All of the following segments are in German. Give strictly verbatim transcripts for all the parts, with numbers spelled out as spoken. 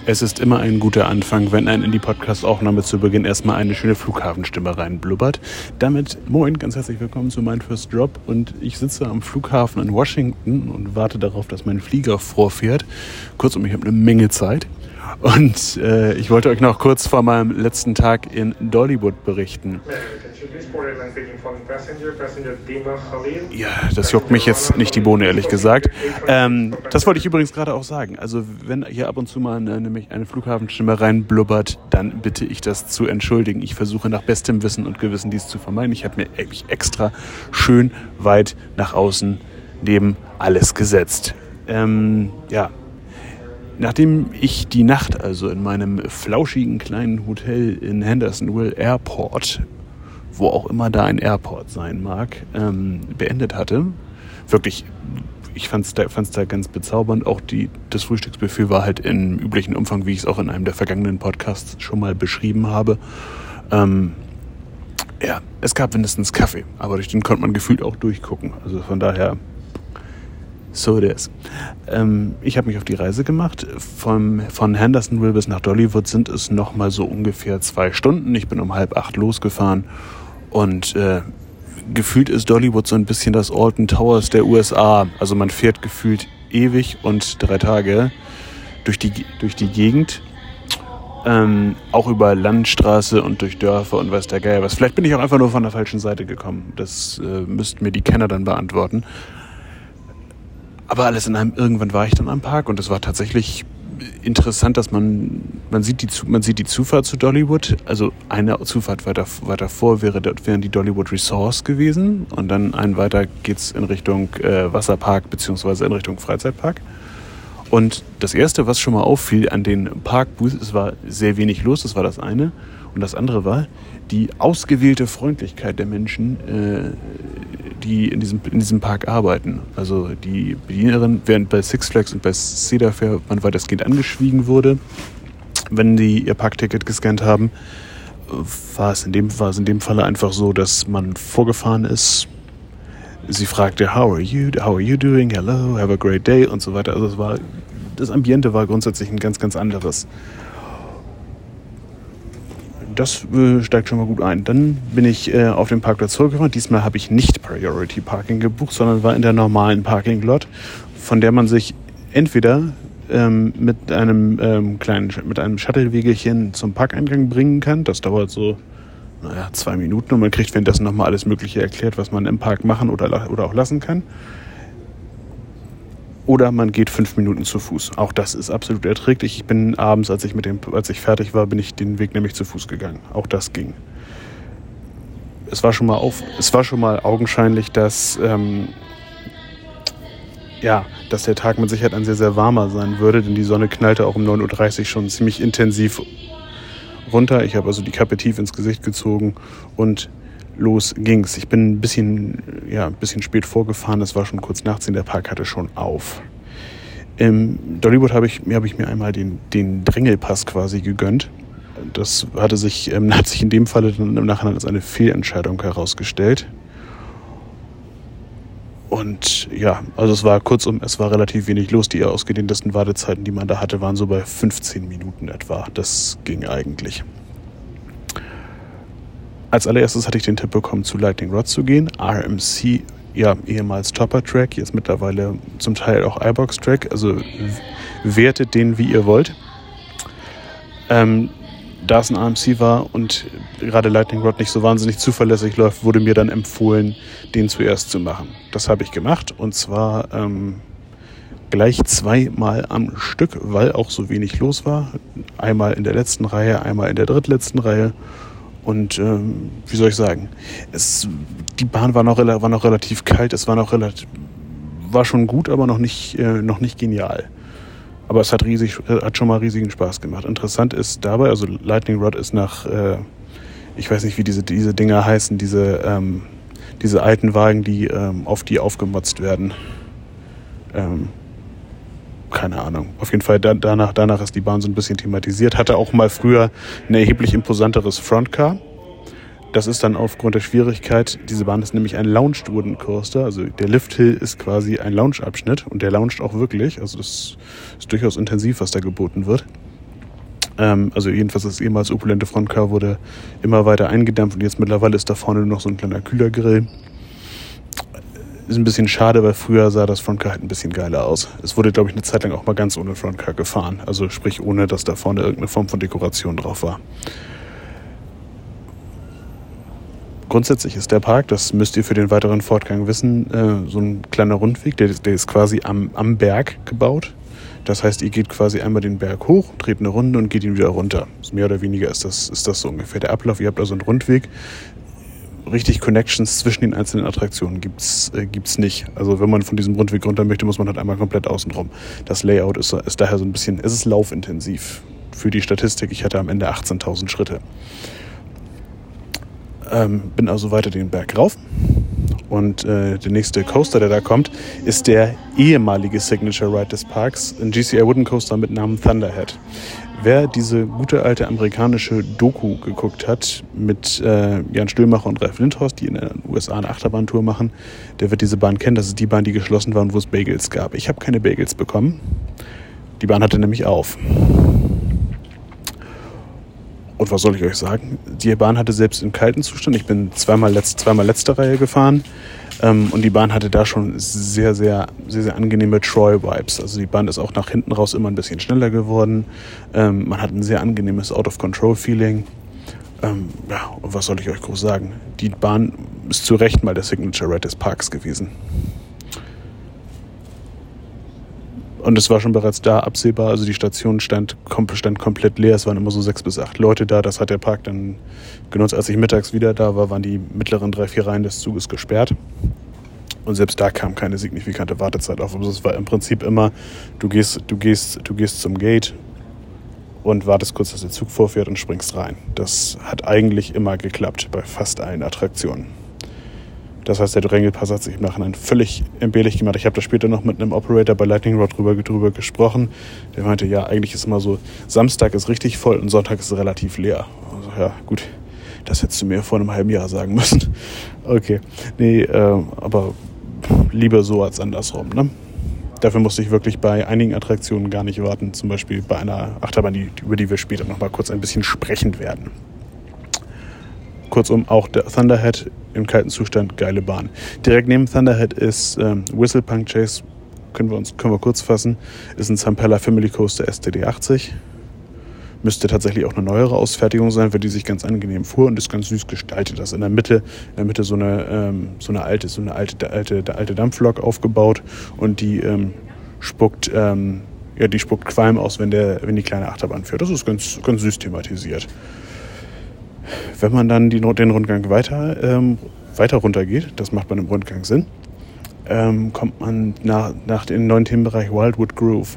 Es ist immer ein guter Anfang, wenn ein in die Podcast-Aufnahme zu Beginn erstmal eine schöne Flughafenstimme reinblubbert. Damit moin, ganz herzlich willkommen zu meinem First Drop. Und ich sitze am Flughafen in Washington und warte darauf, dass mein Flieger vorfährt. Kurzum, ich habe eine Menge Zeit. Und äh, ich wollte euch noch kurz vor meinem letzten Tag in Dollywood berichten. Ja, das juckt mich jetzt nicht die Bohne, ehrlich gesagt. Ähm, das wollte ich übrigens gerade auch sagen. Also wenn hier ab und zu mal eine, nämlich eine Flughafenstimme reinblubbert, dann bitte ich das zu entschuldigen. Ich versuche nach bestem Wissen und Gewissen dies zu vermeiden. Ich habe mir extra schön weit nach außen neben alles gesetzt. Ähm, ja. Nachdem ich die Nacht also in meinem flauschigen kleinen Hotel in Hendersonville Airport, wo auch immer da ein Airport sein mag, ähm, beendet hatte, wirklich, ich fand es da, fand's da ganz bezaubernd. Auch die, das Frühstücksbuffet war halt im üblichen Umfang, wie ich es auch in einem der vergangenen Podcasts schon mal beschrieben habe. Ähm, ja, es gab mindestens Kaffee, aber durch den konnte man gefühlt auch durchgucken. Also von daher... So it is. Ähm, ich habe mich auf die Reise gemacht. Vom, von Hendersonville bis nach Dollywood sind es nochmal so ungefähr zwei Stunden. Ich bin um halb acht losgefahren und äh, gefühlt ist Dollywood so ein bisschen das Alton Towers der U S A. Also man fährt gefühlt ewig und drei Tage durch die, durch die Gegend. Ähm, auch über Landstraße und durch Dörfer und weiß der Geier was. Vielleicht bin ich auch einfach nur von der falschen Seite gekommen. Das äh, müssten mir die Kenner dann beantworten. Aber alles in einem, irgendwann war ich dann am Park und es war tatsächlich interessant, dass man, man sieht die, man sieht die Zufahrt zu Dollywood, also eine Zufahrt weiter, weiter vor wäre, wären die Dollywood Resorts gewesen und dann ein weiter geht's in Richtung äh, Wasserpark beziehungsweise in Richtung Freizeitpark. Und das erste, was schon mal auffiel an den Parkbooths, es war sehr wenig los, das war das eine. Und das andere war die ausgewählte Freundlichkeit der Menschen, äh, die in diesem, in diesem Park arbeiten. Also die Bedienerin, während bei Six Flags und bei Cedar Fair man weitestgehend angeschwiegen wurde, wenn die ihr Parkticket gescannt haben, war es in dem, war es in dem Falle einfach so, dass man vorgefahren ist. Sie fragte, how are you, how are you doing, hello, have a great day und so weiter. Also es war, das Ambiente war grundsätzlich ein ganz, ganz anderes. Das äh, steigt schon mal gut ein. Dann bin ich äh, auf den Parkplatz zurückgefahren. Diesmal habe ich nicht Priority Parking gebucht, sondern war in der normalen Parking-Lot, von der man sich entweder ähm, mit einem ähm, kleinen, mit einem Shuttle-Wegelchen zum Parkeingang bringen kann. Das dauert so, naja, zwei Minuten und man kriegt währenddessen nochmal alles Mögliche erklärt, was man im Park machen oder, oder auch lassen kann. Oder man geht fünf Minuten zu Fuß. Auch das ist absolut erträglich. Ich bin abends, als ich mit dem, als ich fertig war, bin ich den Weg nämlich zu Fuß gegangen. Auch das ging. Es war schon mal auf, es war schon mal augenscheinlich, dass ähm, ja, dass der Tag mit Sicherheit ein sehr, sehr warmer sein würde, denn die Sonne knallte auch um neun Uhr dreißig schon ziemlich intensiv runter. Ich habe also die Kappe tief ins Gesicht gezogen und los ging's. Ich bin ein bisschen, ja, ein bisschen spät vorgefahren. Es war schon kurz nach zehn. Der Park hatte schon auf. Im Dollywood habe ich, hab ich mir einmal den, den Drängelpass quasi gegönnt. Das hatte sich, ähm, hat sich in dem Falle dann im Nachhinein als eine Fehlentscheidung herausgestellt. Und ja, also es war kurzum, es war relativ wenig los. Die ausgedehntesten Wartezeiten, die man da hatte, waren so bei fünfzehn Minuten etwa. Das ging eigentlich. Als allererstes hatte ich den Tipp bekommen, zu Lightning Rod zu gehen. R M C, ja, ehemals Topper Track, jetzt mittlerweile zum Teil auch iBox Track. Also wertet den, wie ihr wollt. Ähm, da es ein R M C war und gerade Lightning Rod nicht so wahnsinnig zuverlässig läuft, wurde mir dann empfohlen, den zuerst zu machen. Das habe ich gemacht und zwar ähm, gleich zweimal am Stück, weil auch so wenig los war. Einmal in der letzten Reihe, einmal in der drittletzten Reihe. Und ähm, wie soll ich sagen, es, die Bahn war noch, war noch relativ kalt, es war noch relativ, war schon gut, aber noch nicht, äh, noch nicht genial. Aber es hat riesig, hat schon mal riesigen Spaß gemacht. Interessant ist dabei, also Lightning Rod ist nach, äh, ich weiß nicht, wie diese, diese Dinger heißen, diese, ähm, diese alten Wagen, die ähm, auf die aufgemotzt werden. Ähm, keine Ahnung. Auf jeden Fall da, danach, danach ist die Bahn so ein bisschen thematisiert. Hatte auch mal früher ein erheblich imposanteres Frontcar. Das ist dann aufgrund der Schwierigkeit, diese Bahn ist nämlich ein Launched Wooden Coaster, also der Lift Hill ist quasi ein Launch-Abschnitt und der launcht auch wirklich, also das ist durchaus intensiv, was da geboten wird. Ähm, also jedenfalls das ehemals opulente Frontcar wurde immer weiter eingedampft und jetzt mittlerweile ist da vorne nur noch so ein kleiner Kühlergrill. Ist ein bisschen schade, weil früher sah das Frontcar halt ein bisschen geiler aus. Es wurde, glaube ich, eine Zeit lang auch mal ganz ohne Frontcar gefahren. Also sprich, ohne dass da vorne irgendeine Form von Dekoration drauf war. Grundsätzlich ist der Park, das müsst ihr für den weiteren Fortgang wissen, äh, so ein kleiner Rundweg, der, der ist quasi am, am Berg gebaut. Das heißt, ihr geht quasi einmal den Berg hoch, dreht eine Runde und geht ihn wieder runter. Mehr oder weniger ist das, ist das so ungefähr der Ablauf. Ihr habt also einen Rundweg. Richtig Connections zwischen den einzelnen Attraktionen gibt's äh, gibt's nicht. Also wenn man von diesem Rundweg runter möchte, muss man halt einmal komplett außen rum. Das Layout ist, ist daher so ein bisschen, es ist laufintensiv. Für die Statistik, ich hatte am Ende achtzehntausend Schritte. Ähm, bin also weiter den Berg rauf. Und äh, der nächste Coaster, der da kommt, ist der ehemalige Signature Ride des Parks, ein G C I Wooden Coaster mit Namen Thunderhead. Wer diese gute alte amerikanische Doku geguckt hat mit äh, Jan Stühlmacher und Ralf Lindhorst, die in den U S A eine Achterbahntour machen, der wird diese Bahn kennen. Das ist die Bahn, die geschlossen war und wo es Bagels gab. Ich habe keine Bagels bekommen. Die Bahn hatte nämlich auf. Und was soll ich euch sagen? Die Bahn hatte selbst im kalten Zustand, ich bin zweimal, letzt, zweimal letzte Reihe gefahren, ähm, und die Bahn hatte da schon sehr, sehr, sehr, sehr angenehme Troy-Vibes. Also die Bahn ist auch nach hinten raus immer ein bisschen schneller geworden. Ähm, man hat ein sehr angenehmes Out-of-Control-Feeling. Ähm, ja, und was soll ich euch groß sagen? Die Bahn ist zu Recht mal der Signature Ride des Parks gewesen. Und es war schon bereits da absehbar, also die Station stand, stand komplett leer, es waren immer so sechs bis acht Leute da, das hat der Park dann genutzt. Als ich mittags wieder da war, waren die mittleren drei, vier Reihen des Zuges gesperrt und selbst da kam keine signifikante Wartezeit auf. Also es war im Prinzip immer, du gehst, du gehst, du gehst zum Gate und wartest kurz, dass der Zug vorfährt und springst rein. Das hat eigentlich immer geklappt bei fast allen Attraktionen. Das heißt, der Drängelpass hat sich im Nachhinein völlig entbehrlich gemacht. Ich habe da später noch mit einem Operator bei Lightning Rod drüber, drüber gesprochen. Der meinte, ja, eigentlich ist immer so, Samstag ist richtig voll und Sonntag ist relativ leer. Also ja, gut, das hättest du mir vor einem halben Jahr sagen müssen. Okay, nee, äh, aber lieber so als andersrum, ne? Dafür musste ich wirklich bei einigen Attraktionen gar nicht warten. Zum Beispiel bei einer Achterbahn, die, über die wir später noch mal kurz ein bisschen sprechen werden. Kurzum, auch der Thunderhead im kalten Zustand, geile Bahn. Direkt neben Thunderhead ist ähm, Whistlepunk Chase, können wir uns können wir kurz fassen, ist ein Zampella Family Coaster S T D achtzig. Müsste tatsächlich auch eine neuere Ausfertigung sein, weil die sich ganz angenehm fuhr und ist ganz süß gestaltet. Das ist in der Mitte, in der Mitte so eine ähm, so eine alte so eine alte alte alte Dampflok aufgebaut und die ähm, spuckt ähm, ja die spuckt Qualm aus, wenn der wenn die kleine Achterbahn fährt. Das ist ganz ganz süß thematisiert. Wenn man dann die, den Rundgang weiter, ähm, weiter runter geht, das macht bei einem Rundgang Sinn, ähm, kommt man nach, nach dem neuen Themenbereich Wildwood Grove.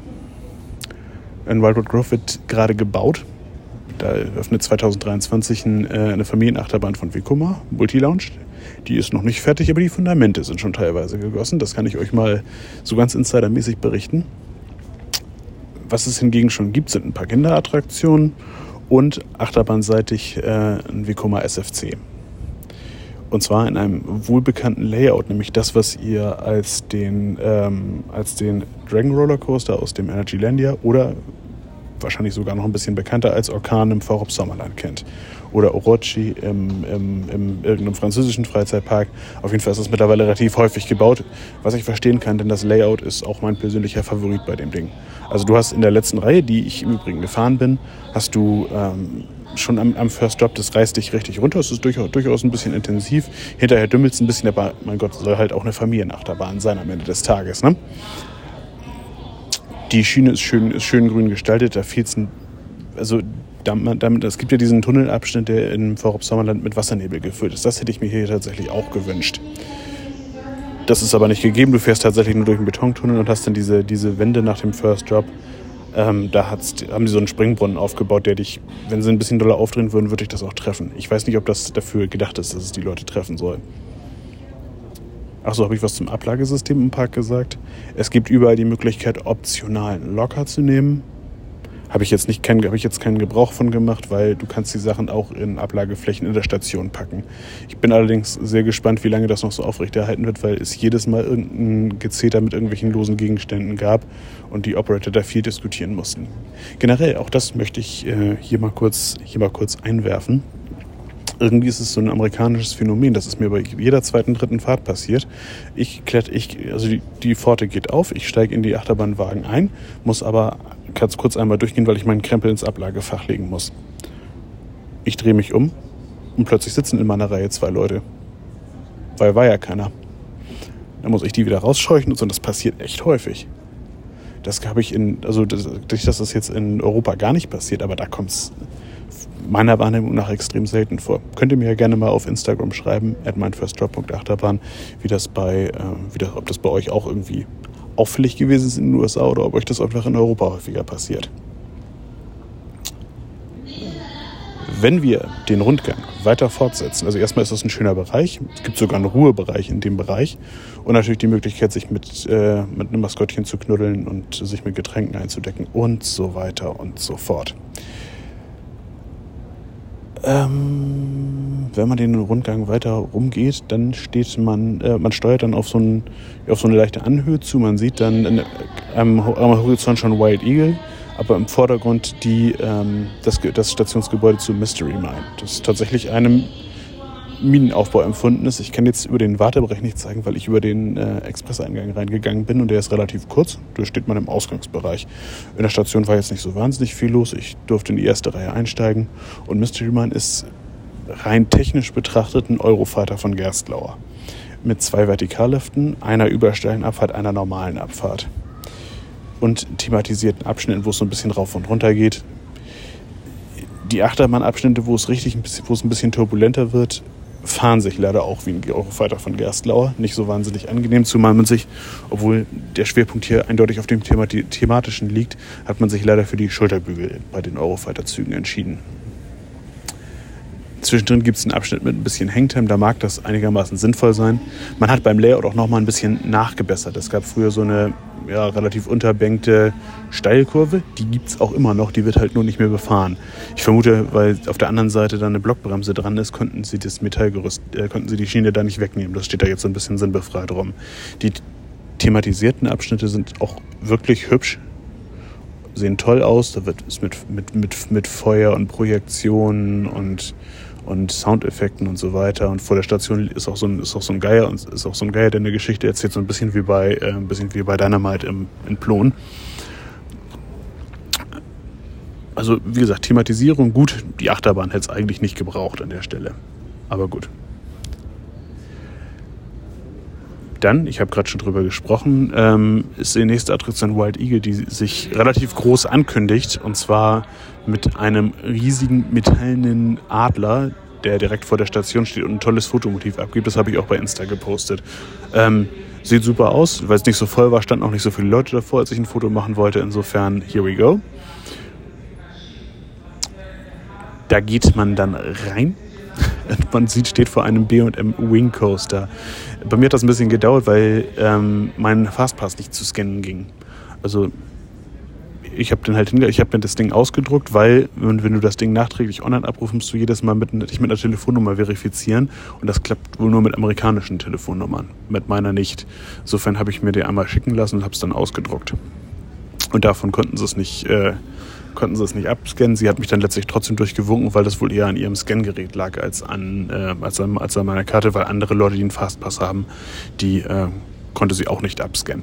In Wildwood Grove wird gerade gebaut. Da öffnet zwanzig dreiundzwanzig ein, äh, eine Familienachterbahn von Vekoma, Multi-Lounge. Die ist noch nicht fertig, aber die Fundamente sind schon teilweise gegossen. Das kann ich euch mal so ganz insidermäßig berichten. Was es hingegen schon gibt, sind ein paar Kinderattraktionen und achterbahnseitig äh, ein Vekoma S F C. Und zwar in einem wohlbekannten Layout, nämlich das, was ihr als den, ähm, als den Dragon Roller Coaster aus dem Energylandia oder wahrscheinlich sogar noch ein bisschen bekannter als Orkan im Faurup Sommerland kennt. Oder Orochi im, im, im irgendeinem französischen Freizeitpark. Auf jeden Fall ist das mittlerweile relativ häufig gebaut, was ich verstehen kann, denn das Layout ist auch mein persönlicher Favorit bei dem Ding. Also du hast in der letzten Reihe, die ich im Übrigen gefahren bin, hast du ähm, schon am, am First Drop, das reißt dich richtig runter. Es ist durchaus, durchaus ein bisschen intensiv. Hinterher dümmelt es ein bisschen, aber mein Gott, soll halt auch eine Familienachterbahn sein am Ende des Tages, ne? Die Schiene ist schön, ist schön grün gestaltet, da fehlt es ein, also damit, damit, es gibt ja diesen Tunnelabschnitt, der im Faurup Sommerland mit Wassernebel gefüllt ist. Das hätte ich mir hier tatsächlich auch gewünscht. Das ist aber nicht gegeben. Du fährst tatsächlich nur durch einen Betontunnel und hast dann diese, diese Wände nach dem First Drop. Ähm, da hat's, haben sie so einen Springbrunnen aufgebaut, der dich, wenn sie ein bisschen doller aufdrehen würden, würde dich das auch treffen. Ich weiß nicht, ob das dafür gedacht ist, dass es die Leute treffen soll. Achso, habe ich was zum Ablagesystem im Park gesagt? Es gibt überall die Möglichkeit, optional einen Locker zu nehmen. Habe ich jetzt nicht kein, habe ich jetzt keinen Gebrauch von gemacht, weil du kannst die Sachen auch in Ablageflächen in der Station packen. Ich bin allerdings sehr gespannt, wie lange das noch so aufrechterhalten wird, weil es jedes Mal irgendein Gezeter mit irgendwelchen losen Gegenständen gab und die Operator da viel diskutieren mussten. Generell, auch das möchte ich äh, hier mal kurz, hier mal kurz einwerfen. Irgendwie ist es so ein amerikanisches Phänomen, das ist mir bei jeder zweiten, dritten Fahrt passiert. Ich kletter, ich, also die, die Pforte geht auf, ich steige in die Achterbahnwagen ein, muss aber ganz kurz einmal durchgehen, weil ich meinen Krempel ins Ablagefach legen muss. Ich drehe mich um und plötzlich sitzen in meiner Reihe zwei Leute. Weil war ja keiner. Dann muss ich die wieder rausscheuchen und so, und das passiert echt häufig. Das habe ich in, also das, dass das jetzt in Europa gar nicht passiert, aber da kommt es meiner Wahrnehmung nach extrem selten vor. Könnt ihr mir ja gerne mal auf Instagram schreiben, at mindfirstdrop punkt achterbahn, wie das bei, äh, wie das, ob das bei euch auch irgendwie auffällig gewesen ist in den U S A oder ob euch das einfach in Europa häufiger passiert. Wenn wir den Rundgang weiter fortsetzen, also erstmal ist das ein schöner Bereich, es gibt sogar einen Ruhebereich in dem Bereich und natürlich die Möglichkeit, sich mit, äh, mit einem Maskottchen zu knuddeln und sich mit Getränken einzudecken und so weiter und so fort. Ähm, wenn man den Rundgang weiter rumgeht, dann steht man, äh, man steuert dann auf so, ein, auf so eine leichte Anhöhe zu. Man sieht dann in, am, am Horizont schon Wild Eagle, aber im Vordergrund die, ähm, das, das Stationsgebäude zu Mystery Mine. Das tatsächlich einem Minenaufbau empfunden ist. Ich kann jetzt über den Wartebereich nicht zeigen, weil ich über den äh, Expresseingang reingegangen bin und der ist relativ kurz. Da steht man im Ausgangsbereich. In der Station war jetzt nicht so wahnsinnig viel los. Ich durfte in die erste Reihe einsteigen und Mystery Mine ist rein technisch betrachtet ein Eurofighter von Gerstlauer. Mit zwei Vertikalliften, einer übersteilen Abfahrt, einer normalen Abfahrt. Und thematisierten Abschnitten, wo es so ein bisschen rauf und runter geht. Die Achterbahnabschnitte, wo es richtig ein bisschen, wo es ein bisschen turbulenter wird, fahren sich leider auch wie ein Eurofighter von Gerstlauer. Nicht so wahnsinnig angenehm, zumal man sich, obwohl der Schwerpunkt hier eindeutig auf dem Thema, thematischen liegt, hat man sich leider für die Schulterbügel bei den Eurofighter-Zügen entschieden. Zwischendrin gibt es einen Abschnitt mit ein bisschen Hangtime, da mag das einigermaßen sinnvoll sein. Man hat beim Layout auch noch mal ein bisschen nachgebessert. Es gab früher so eine ja, relativ unterbänkte Steilkurve, die gibt es auch immer noch, die wird halt nur nicht mehr befahren. Ich vermute, weil auf der anderen Seite dann eine Blockbremse dran ist, konnten sie das Metallgerüst, äh, konnten sie die Schiene da nicht wegnehmen. Das steht da jetzt so ein bisschen sinnbefreit rum. Die thematisierten Abschnitte sind auch wirklich hübsch, sehen toll aus. Da wird es mit, mit, mit, mit Feuer und Projektionen und und Soundeffekten und so weiter. Und vor der Station ist auch so ein, ist auch so ein Geier, und ist auch so ein Geier, der eine Geschichte erzählt, so ein bisschen wie bei, äh, ein bisschen wie bei Dynamite im, in Plon. Also, wie gesagt, Thematisierung gut. Die Achterbahn hätte es eigentlich nicht gebraucht an der Stelle. Aber gut. Dann, ich habe gerade schon drüber gesprochen, ähm, ist die nächste Attraktion Wild Eagle, die sich relativ groß ankündigt. Und zwar mit einem riesigen metallenen Adler, der direkt vor der Station steht und ein tolles Fotomotiv abgibt. Das habe ich auch bei Insta gepostet. Ähm, sieht super aus, weil es nicht so voll war, standen auch nicht so viele Leute davor, als ich ein Foto machen wollte. Insofern, here we go. Da geht man dann rein. Man sieht, steht vor einem B und M Wing Coaster. Bei mir hat das ein bisschen gedauert, weil ähm, mein Fastpass nicht zu scannen ging. Also ich habe halt ich habe mir das Ding ausgedruckt, weil wenn, wenn du das Ding nachträglich online abrufst, musst du jedes Mal mit, dich mit einer Telefonnummer verifizieren und das klappt wohl nur mit amerikanischen Telefonnummern, mit meiner nicht. Insofern habe ich mir die einmal schicken lassen und habe es dann ausgedruckt. Und davon konnten sie es nicht äh, konnten sie es nicht abscannen. Sie hat mich dann letztlich trotzdem durchgewunken, weil das wohl eher an ihrem Scangerät lag als an, äh, als an, als an meiner Karte, weil andere Leute, die einen Fastpass haben, die äh, konnte sie auch nicht abscannen.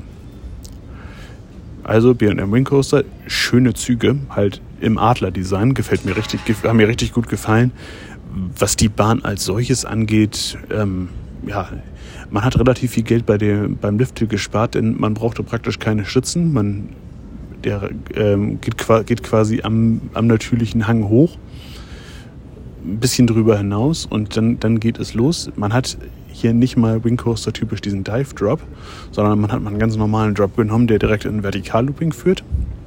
Also B und M Wing Coaster, schöne Züge, halt im Adler-Design, gefällt mir richtig, haben mir richtig gut gefallen. Was die Bahn als solches angeht, ähm, ja, man hat relativ viel Geld bei dem, beim Lift gespart, denn man brauchte praktisch keine Stützen. Man Der ähm, geht, geht quasi am, am natürlichen Hang hoch, ein bisschen drüber hinaus und dann, dann geht es los. Man hat hier nicht mal Wing Coaster typisch diesen Dive Drop, sondern man hat mal einen ganz normalen Drop genommen, der direkt in Vertikallooping führt.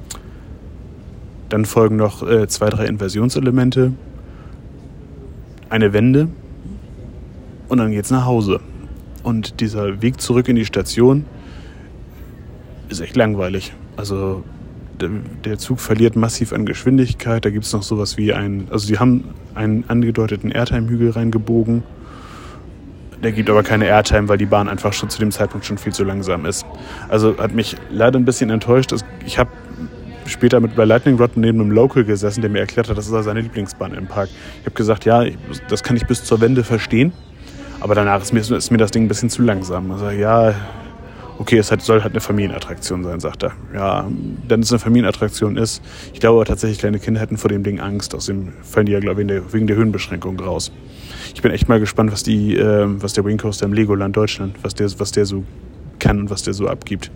Dann folgen noch äh, zwei, drei Inversionselemente, eine Wende und dann geht's nach Hause. Und dieser Weg zurück in die Station ist echt langweilig. Also der Zug verliert massiv an Geschwindigkeit. Da gibt es noch sowas wie ein, also die haben einen angedeuteten Airtime-Hügel reingebogen. Der gibt aber keine Airtime, weil die Bahn einfach schon zu dem Zeitpunkt schon viel zu langsam ist. Also hat mich leider ein bisschen enttäuscht. Ich habe später mit bei Lightning Rod neben einem Local gesessen, der mir erklärt hat, das ist seine Lieblingsbahn im Park. Ich habe gesagt, ja, das kann ich bis zur Wende verstehen, aber danach ist mir, ist mir das Ding ein bisschen zu langsam. Also ja, okay, es soll halt eine Familienattraktion sein, sagt er. Ja, wenn es eine Familienattraktion ist, ich glaube aber tatsächlich, kleine Kinder hätten vor dem Ding Angst. Außerdem fallen die ja, glaube ich, wegen der, wegen der Höhenbeschränkung raus. Ich bin echt mal gespannt, was, die, äh, was der Wing Coaster im Legoland Deutschland, was der, was der so kann und was der so abgibt.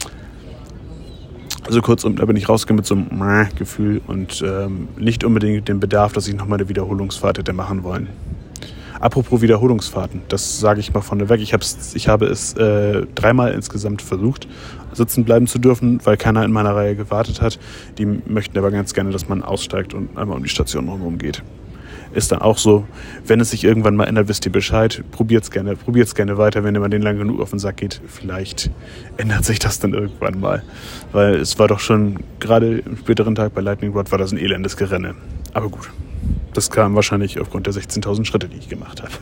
Also kurzum, da bin ich rausgegangen mit so einem Gefühl und ähm, nicht unbedingt den Bedarf, dass ich nochmal eine Wiederholungsfahrt hätte machen wollen. Apropos Wiederholungsfahrten, das sage ich mal vorneweg. Ich, hab's, ich habe es äh, dreimal insgesamt versucht, sitzen bleiben zu dürfen, weil keiner in meiner Reihe gewartet hat. Die möchten aber ganz gerne, dass man aussteigt und einmal um die Station herum geht. Ist dann auch so, wenn es sich irgendwann mal ändert, wisst ihr Bescheid. Probiert's gerne, probiert's gerne weiter, wenn ihr mal den lang genug auf den Sack geht. Vielleicht ändert sich das dann irgendwann mal. Weil es war doch schon, gerade im späteren Tag bei Lightning Rod war das ein elendes Gerenne. Aber gut, das kam wahrscheinlich aufgrund der sechzehntausend Schritte, die ich gemacht habe.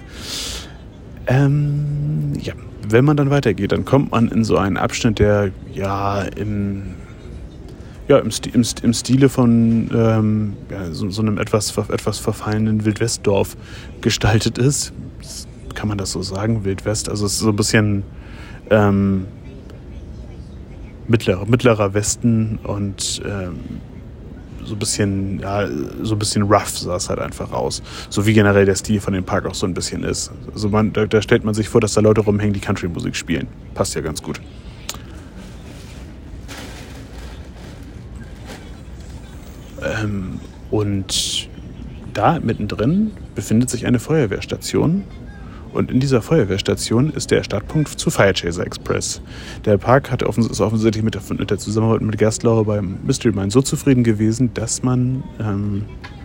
Ähm, ja, wenn man dann weitergeht, dann kommt man in so einen Abschnitt, der ja im... Ja, im, Sti- im, St- im Stile von ähm, ja, so, so einem etwas, etwas verfallenen Wildwestdorf gestaltet ist. Kann man das so sagen? Wildwest? Also es ist so ein bisschen ähm, mittlerer, mittlerer Westen und ähm, so ein bisschen, ja, so ein bisschen rough sah es halt einfach aus. So wie generell der Stil von dem Park auch so ein bisschen ist. Also man, da, da stellt man sich vor, dass da Leute rumhängen, die Country-Musik spielen. Passt ja ganz gut. Ähm, und da mittendrin befindet sich eine Feuerwehrstation. Und in dieser Feuerwehrstation ist der Startpunkt zu Fire Chaser Express. Der Park hat offens- ist offensichtlich mit der, mit der Zusammenarbeit mit Gerstlauer beim Mystery Mine so zufrieden gewesen, dass man, ähm,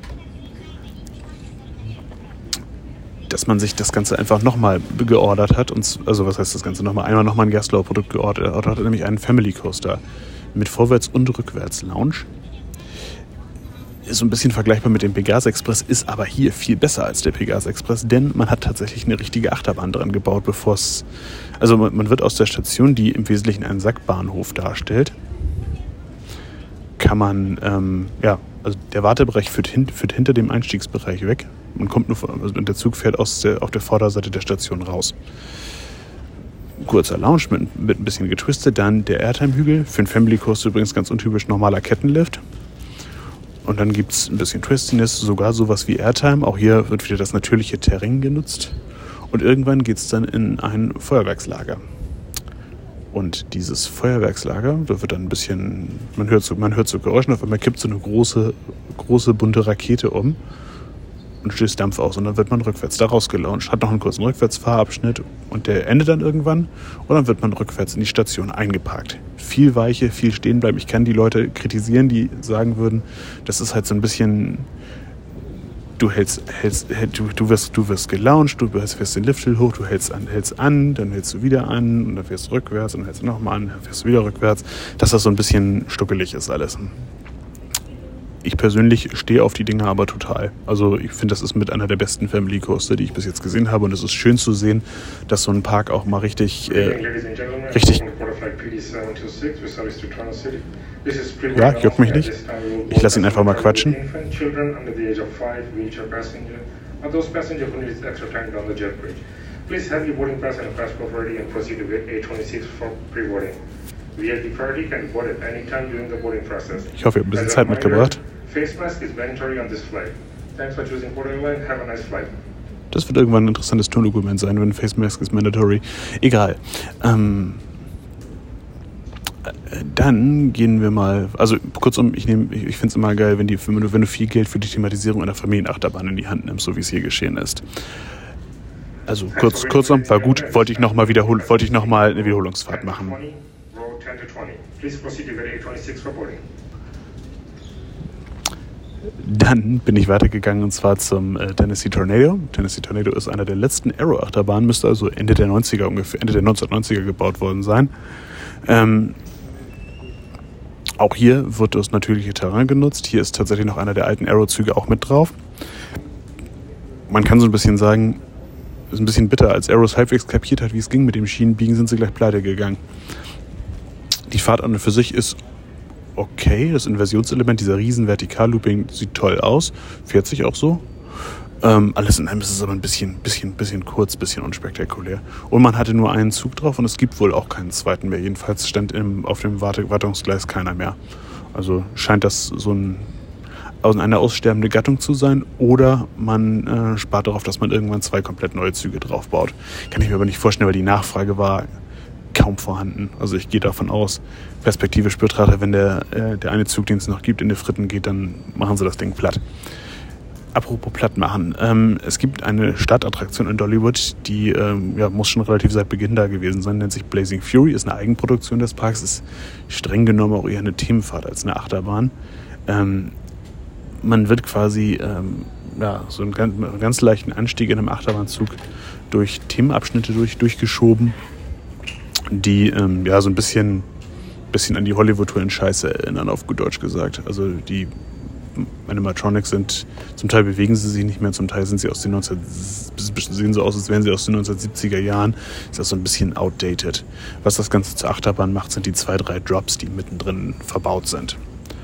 dass man sich das Ganze einfach nochmal geordert hat. Und, also was heißt das Ganze nochmal? Einmal nochmal ein Gerstlauer Produkt geordert. Er hat nämlich einen Family Coaster mit Vorwärts- und Rückwärts-Lounge. Ist so ein bisschen vergleichbar mit dem Pegasus Express, ist aber hier viel besser als der Pegasus Express, denn man hat tatsächlich eine richtige Achterbahn dran gebaut, bevor es... Also man wird aus der Station, die im Wesentlichen einen Sackbahnhof darstellt, kann man, ähm, ja, also der Wartebereich führt, hin, führt hinter dem Einstiegsbereich weg. Man kommt nur, also der Zug fährt aus der, auf der Vorderseite der Station raus. Kurzer Lounge mit, mit ein bisschen getwistet, dann der Airtime-Hügel, für einen Family Coaster übrigens ganz untypisch normaler Kettenlift. Und dann gibt es ein bisschen Twistiness, sogar sowas wie Airtime. Auch hier wird wieder das natürliche Terrain genutzt. Und irgendwann geht es dann in ein Feuerwerkslager. Und dieses Feuerwerkslager, da wird dann ein bisschen, man hört so, man hört so Geräusche, auf einmal kippt so eine große, große bunte Rakete um und stößt Dampf aus. Und dann wird man rückwärts da rausgelauncht, hat noch einen kurzen Rückwärtsfahrabschnitt und der endet dann irgendwann und dann wird man rückwärts in die Station eingeparkt. Viel Weiche, viel stehen bleiben. Ich kann die Leute kritisieren, die sagen würden, das ist halt so ein bisschen, du hältst, hältst du, du wirst, du wirst gelauncht, du fährst den Lifthill hoch, du hältst an, hältst an, dann hältst du wieder an und dann fährst du rückwärts und dann hältst du nochmal an, dann fährst du wieder rückwärts, dass das so ein bisschen stuckelig ist alles. Ich persönlich stehe auf die Dinger aber total. Also ich finde, das ist mit einer der besten Family Coaster, die ich bis jetzt gesehen habe. Und es ist schön zu sehen, dass so ein Park auch mal richtig, äh, richtig... Ja, juckt mich nicht. Ich lasse ihn einfach mal quatschen. Ich hoffe, ihr habt ein bisschen Zeit mitgebracht. Das wird irgendwann ein interessantes Tondokument sein, wenn Face Mask is mandatory. Egal. Ähm, dann gehen wir mal, also kurzum, ich, nehm, ich, ich finde es immer geil, wenn, die, wenn, du, wenn du viel Geld für die Thematisierung einer Familienachterbahn in die Hand nimmst, so wie es hier geschehen ist. Also kurz, kurzum, war gut, wollte ich nochmal wiederhol, wollte ich noch mal eine Wiederholungsfahrt machen. Dann bin ich weitergegangen und zwar zum äh, Tennessee Tornado. Tennessee Tornado ist einer der letzten Aero-Achterbahnen, müsste also Ende der neunziger ungefähr, Ende der neunzehnhundertneunziger gebaut worden sein. Ähm, Auch hier wird das natürliche Terrain genutzt. Hier ist tatsächlich noch einer der alten Arrow-Züge auch mit drauf. Man kann so ein bisschen sagen, ist ein bisschen bitter, als Arrows halbwegs kapiert hat, wie es ging mit dem Schienenbiegen, sind sie gleich pleite gegangen. Die Fahrt an und für sich ist okay. Das Inversionselement, dieser riesen Vertikallooping, sieht toll aus. Fährt sich auch so. Ähm, alles in allem ist es aber ein bisschen, bisschen, bisschen kurz, bisschen unspektakulär. Und man hatte nur einen Zug drauf und es gibt wohl auch keinen zweiten mehr. Jedenfalls stand im, auf dem Wart- Wartungsgleis keiner mehr. Also scheint das so ein, eine aussterbende Gattung zu sein. Oder man äh, spart darauf, dass man irgendwann zwei komplett neue Züge draufbaut. Kann ich mir aber nicht vorstellen, weil die Nachfrage war kaum vorhanden. Also ich gehe davon aus, perspektivisch betrachtet, wenn der, äh, der eine Zug, den es noch gibt, in die Fritten geht, dann machen sie das Ding platt. Apropos platt machen. Ähm, es gibt eine Startattraktion in Dollywood, die ähm, ja, muss schon relativ seit Beginn da gewesen sein, nennt sich Blazing Fury, ist eine Eigenproduktion des Parks, ist streng genommen auch eher eine Themenfahrt als eine Achterbahn. Ähm, man wird quasi ähm, ja, so einen ganz, einen ganz leichten Anstieg in einem Achterbahnzug durch Themenabschnitte durch, durchgeschoben, die ähm, ja so ein bisschen, bisschen an die Hollywood-Tour in Scheiße erinnern, auf gut Deutsch gesagt. Also die Animatronics sind, zum Teil bewegen sie sich nicht mehr, zum Teil sind sie aus den neunzehn, sehen so aus, als wären sie aus den neunzehnhundertsiebziger Jahren. Ist das so ein bisschen outdated. Was das Ganze zur Achterbahn macht, sind die zwei, drei Drops, die mittendrin verbaut sind.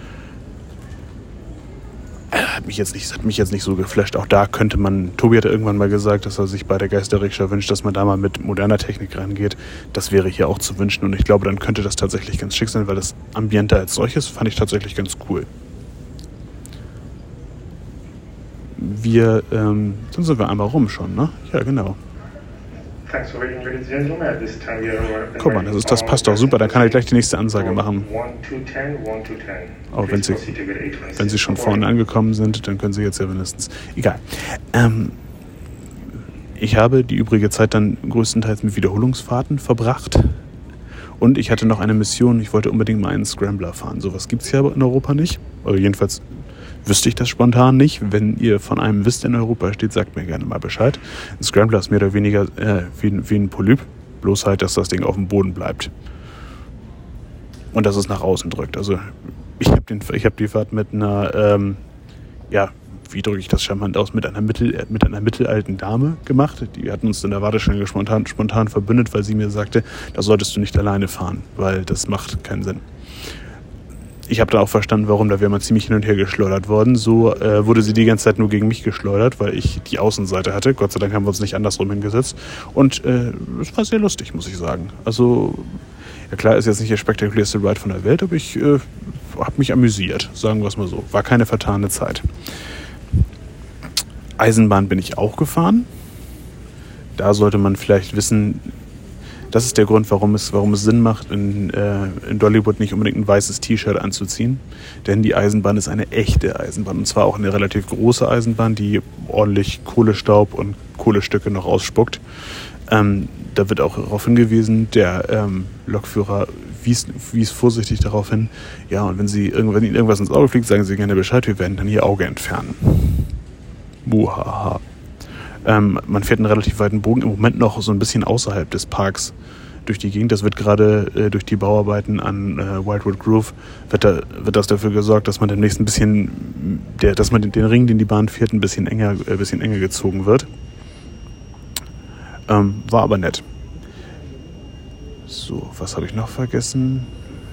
Hat mich jetzt nicht, hat mich jetzt nicht so geflasht. Auch da könnte man, Tobi hatte irgendwann mal gesagt, dass er sich bei der Geisterrikscha wünscht, dass man da mal mit moderner Technik rangeht. Das wäre hier auch zu wünschen und ich glaube, dann könnte das tatsächlich ganz schick sein, weil das Ambiente als solches fand ich tatsächlich ganz cool. Wir, ähm, dann sind wir einmal rum schon, ne? Ja, genau. Guck mal, das, ist, das passt doch super, dann kann er gleich die nächste Ansage machen. Auch wenn sie, wenn sie schon vorne angekommen sind, dann können sie jetzt ja mindestens... Egal. Ähm, ich habe die übrige Zeit dann größtenteils mit Wiederholungsfahrten verbracht. Und ich hatte noch eine Mission, ich wollte unbedingt mal einen Scrambler fahren. Sowas gibt es ja in Europa nicht. Oder jedenfalls wüsste ich das spontan nicht. Wenn ihr von einem wisst, der in Europa steht, sagt mir gerne mal Bescheid. Ein Scrambler ist mehr oder weniger äh, wie, wie ein Polyp. Bloß halt, dass das Ding auf dem Boden bleibt. Und dass es nach außen drückt. Also ich habe hab die Fahrt mit einer, ähm, ja, wie drücke ich das charmant aus, mit einer, mittel, mit einer mittelalten Dame gemacht. Die hatten uns in der Warteschlange spontan, spontan verbündet, weil sie mir sagte, da solltest du nicht alleine fahren, weil das macht keinen Sinn. Ich habe da auch verstanden, warum, da wäre man ziemlich hin und her geschleudert worden. So äh, wurde sie die ganze Zeit nur gegen mich geschleudert, weil ich die Außenseite hatte. Gott sei Dank haben wir uns nicht andersrum hingesetzt. Und äh, es war sehr lustig, muss ich sagen. Also, ja klar, ist jetzt nicht der spektakulärste Ride von der Welt, aber ich äh, habe mich amüsiert, sagen wir es mal so. War keine vertane Zeit. Eisenbahn bin ich auch gefahren. Da sollte man vielleicht wissen, das ist der Grund, warum es, warum es Sinn macht, in, äh, in Dollywood nicht unbedingt ein weißes T-Shirt anzuziehen. Denn die Eisenbahn ist eine echte Eisenbahn. Und zwar auch eine relativ große Eisenbahn, die ordentlich Kohlestaub und Kohlestücke noch ausspuckt. Ähm, da wird auch darauf hingewiesen, der ähm, Lokführer wies, wies vorsichtig darauf hin, ja, und wenn, Sie, wenn Ihnen irgendwas ins Auge fliegt, sagen Sie gerne Bescheid, wir werden dann Ihr Auge entfernen. Muhaha. Ähm, man fährt einen relativ weiten Bogen, im Moment noch so ein bisschen außerhalb des Parks durch die Gegend. Das wird gerade äh, durch die Bauarbeiten an äh, Wildwood Grove, wird, da, wird das dafür gesorgt, dass man demnächst ein bisschen, der, dass man den, den Ring, den die Bahn fährt, ein bisschen enger, äh, bisschen enger gezogen wird. Ähm, war aber nett. So, was habe ich noch vergessen?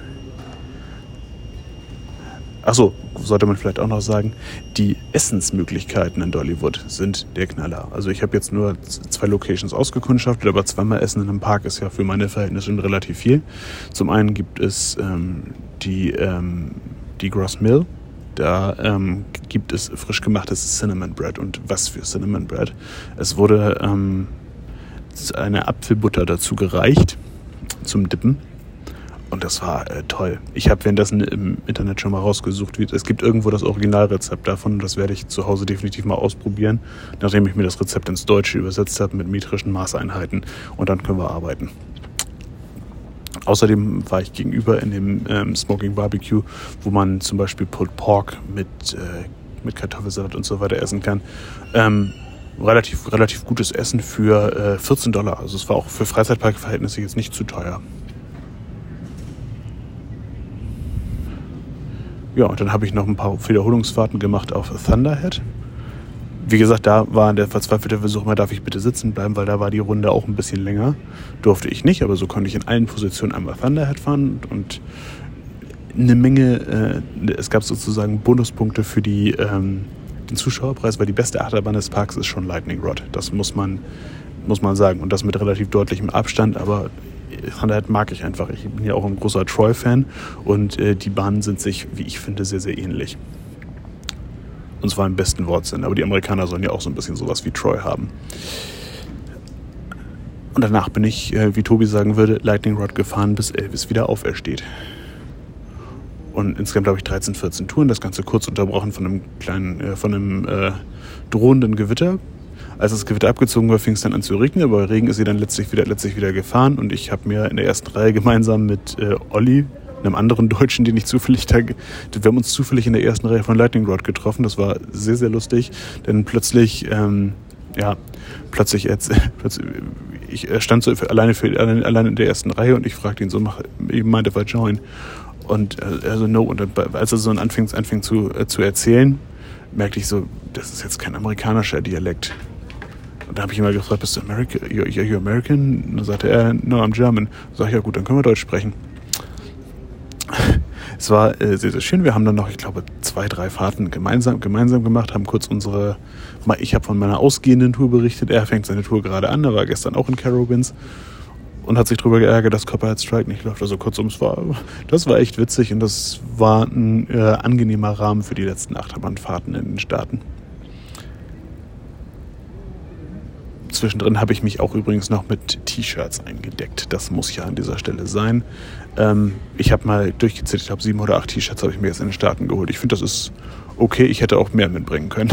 Achso, sollte man vielleicht auch noch sagen, die Essensmöglichkeiten in Dollywood sind der Knaller. Also ich habe jetzt nur zwei Locations ausgekundschaftet, aber zweimal Essen in einem Park ist ja für meine Verhältnisse schon relativ viel. Zum einen gibt es ähm, die, ähm, die Gross Mill. Da ähm, gibt es frisch gemachtes Cinnamon Bread. Und was für Cinnamon Bread? Es wurde ähm, eine Apfelbutter dazu gereicht zum Dippen. Und das war äh, toll. Ich habe währenddessen im Internet schon mal rausgesucht, wie, es gibt irgendwo das Originalrezept davon. Das werde ich zu Hause definitiv mal ausprobieren, nachdem ich mir das Rezept ins Deutsche übersetzt habe mit metrischen Maßeinheiten. Und dann können wir arbeiten. Außerdem war ich gegenüber in dem ähm, Smoking Barbecue, wo man zum Beispiel Pulled Pork mit, äh, mit Kartoffelsalat und so weiter essen kann. Ähm, relativ, relativ gutes Essen für äh, vierzehn Dollar. Also es war auch für Freizeitparkverhältnisse jetzt nicht zu teuer. Ja, und dann habe ich noch ein paar Wiederholungsfahrten gemacht auf Thunderhead. Wie gesagt, da war der verzweifelte Versuch, mal darf ich bitte sitzen bleiben, weil da war die Runde auch ein bisschen länger. Durfte ich nicht, aber so konnte ich in allen Positionen einmal Thunderhead fahren und eine Menge, äh, es gab sozusagen Bonuspunkte für die, ähm, den Zuschauerpreis, weil die beste Achterbahn des Parks ist schon Lightning Rod. Das muss man, muss man sagen. Und das mit relativ deutlichem Abstand, aber Thunderhead mag ich einfach. Ich bin ja auch ein großer Troy-Fan und äh, die Bahnen sind sich, wie ich finde, sehr, sehr ähnlich. Und zwar im besten Wortsinn. Aber die Amerikaner sollen ja auch so ein bisschen sowas wie Troy haben. Und danach bin ich, äh, wie Tobi sagen würde, Lightning Rod gefahren, bis Elvis wieder aufersteht. Und insgesamt habe ich dreizehn, vierzehn Touren. Das Ganze kurz unterbrochen von einem kleinen, äh, von einem äh, drohenden Gewitter. Als das Gewitter abgezogen war, fing es dann an zu regnen. Aber bei Regen ist sie dann letztlich wieder, letztlich wieder gefahren. Und ich habe mir in der ersten Reihe gemeinsam mit äh, Olli, einem anderen Deutschen, den ich zufällig da, wir haben uns zufällig in der ersten Reihe von Lightning Rod getroffen. Das war sehr, sehr lustig, denn plötzlich, ähm, ja, plötzlich, jetzt, plötzlich ich stand so für, alleine, für, alleine, alleine in der ersten Reihe und ich fragte ihn so, mach, ich meinte, if I join? Und äh, also no, und dann, als er so anfing, anfing zu, äh, zu erzählen, merkte ich so, das ist jetzt kein amerikanischer Dialekt. Und da habe ich ihn mal gefragt, bist du American? Are you American? Und dann sagte er, no, I'm German. Sag ich, ja gut, dann können wir Deutsch sprechen. Es war äh, sehr, sehr schön. Wir haben dann noch, ich glaube, zwei, drei Fahrten gemeinsam, gemeinsam gemacht, haben kurz unsere, ich habe von meiner ausgehenden Tour berichtet, er fängt seine Tour gerade an, er war gestern auch in Carowinds und hat sich darüber geärgert, dass Copperhead Strike nicht läuft. Also kurzum, es war, das war echt witzig und das war ein äh, angenehmer Rahmen für die letzten Achterbahnfahrten in den Staaten. Zwischendrin habe ich mich auch übrigens noch mit T-Shirts eingedeckt. Das muss ja an dieser Stelle sein. Ähm, ich habe mal durchgezählt, ich glaube sieben oder acht T-Shirts habe ich mir jetzt in den Staaten geholt. Ich finde, das ist okay. Ich hätte auch mehr mitbringen können.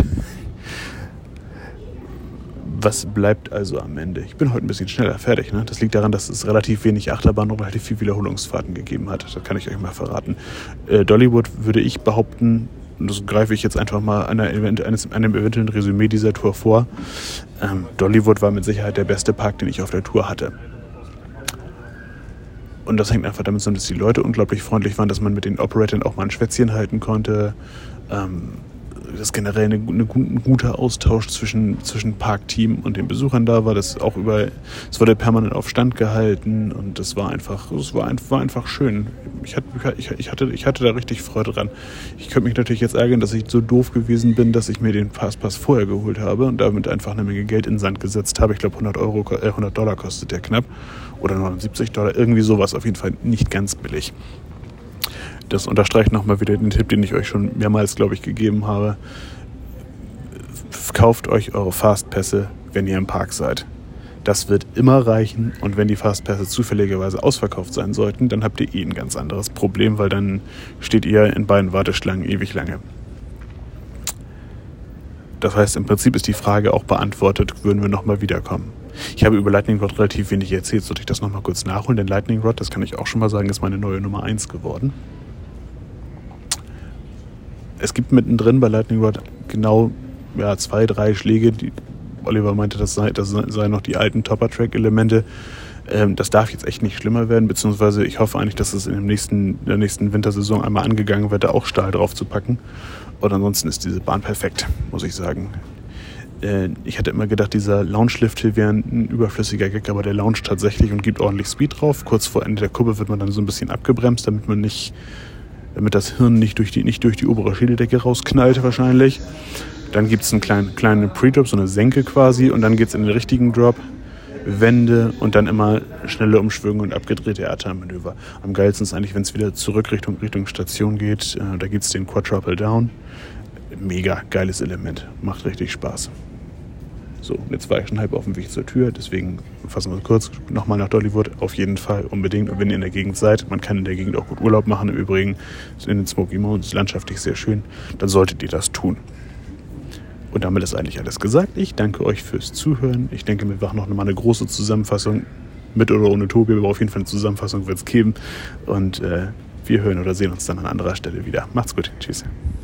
Was bleibt also am Ende? Ich bin heute ein bisschen schneller fertig. Ne? Das liegt daran, dass es relativ wenig Achterbahn und relativ viel Wiederholungsfahrten gegeben hat. Das kann ich euch mal verraten. Äh, Dollywood würde ich behaupten, und das greife ich jetzt einfach mal einer, eines, einem eventuellen Resümee dieser Tour vor. Ähm, Dollywood war mit Sicherheit der beste Park, den ich auf der Tour hatte. Und das hängt einfach damit zusammen, dass die Leute unglaublich freundlich waren, dass man mit den Operatoren auch mal ein Schwätzchen halten konnte. Ähm, dass generell eine, eine, ein guter Austausch zwischen, zwischen Parkteam und den Besuchern da war. Das auch über, es wurde permanent auf Stand gehalten und das war einfach, es war, ein, war einfach schön. Ich hatte, ich, ich, hatte, ich hatte da richtig Freude dran. Ich könnte mich natürlich jetzt ärgern, dass ich so doof gewesen bin, dass ich mir den Fastpass vorher geholt habe und damit einfach eine Menge Geld in den Sand gesetzt habe. Ich glaube hundert Euro, äh, hundert Dollar kostet der knapp oder neunundsiebzig Dollar, irgendwie sowas, auf jeden Fall nicht ganz billig. Das unterstreicht nochmal wieder den Tipp, den ich euch schon mehrmals, glaube ich, gegeben habe. Kauft euch eure Fastpässe, wenn ihr im Park seid. Das wird immer reichen und wenn die Fastpässe zufälligerweise ausverkauft sein sollten, dann habt ihr eh ein ganz anderes Problem, weil dann steht ihr in beiden Warteschlangen ewig lange. Das heißt, im Prinzip ist die Frage auch beantwortet, würden wir nochmal wiederkommen. Ich habe über Lightning Rod relativ wenig erzählt, sollte ich das nochmal kurz nachholen, denn Lightning Rod, das kann ich auch schon mal sagen, ist meine neue Nummer eins geworden. Es gibt mittendrin bei Lightning Rod genau ja, zwei, drei Schläge. Die, Oliver meinte, das seien das sei noch die alten Topper-Track-Elemente. Ähm, das darf jetzt echt nicht schlimmer werden, beziehungsweise ich hoffe eigentlich, dass es in, dem nächsten, in der nächsten Wintersaison einmal angegangen wird, da auch Stahl drauf zu packen. Und ansonsten ist diese Bahn perfekt, muss ich sagen. Äh, ich hatte immer gedacht, dieser Launch-Lift hier wäre ein überflüssiger Gag, aber der launcht tatsächlich und gibt ordentlich Speed drauf. Kurz vor Ende der Kurve wird man dann so ein bisschen abgebremst, damit man nicht damit das Hirn nicht durch die, nicht durch die obere Schädeldecke rausknallt wahrscheinlich. Dann gibt es einen kleinen, kleinen Pre-Drop, so eine Senke quasi und dann geht es in den richtigen Drop, Wende und dann immer schnelle Umschwünge und abgedrehte Airtime-Manöver. Am geilsten ist eigentlich, wenn es wieder zurück Richtung, Richtung Station geht, äh, da gibt es den Quadruple Down. Mega geiles Element, macht richtig Spaß. So, jetzt war ich schon halb auf dem Weg zur Tür, deswegen fassen wir kurz nochmal nach Dollywood. Auf jeden Fall unbedingt. Und wenn ihr in der Gegend seid, man kann in der Gegend auch gut Urlaub machen. Im Übrigen in den Smoky Mountains landschaftlich sehr schön. Dann solltet ihr das tun. Und damit ist eigentlich alles gesagt. Ich danke euch fürs Zuhören. Ich denke, wir machen noch mal eine große Zusammenfassung. Mit oder ohne Tobi, aber auf jeden Fall eine Zusammenfassung wird es geben. Und äh, wir hören oder sehen uns dann an anderer Stelle wieder. Macht's gut. Tschüss.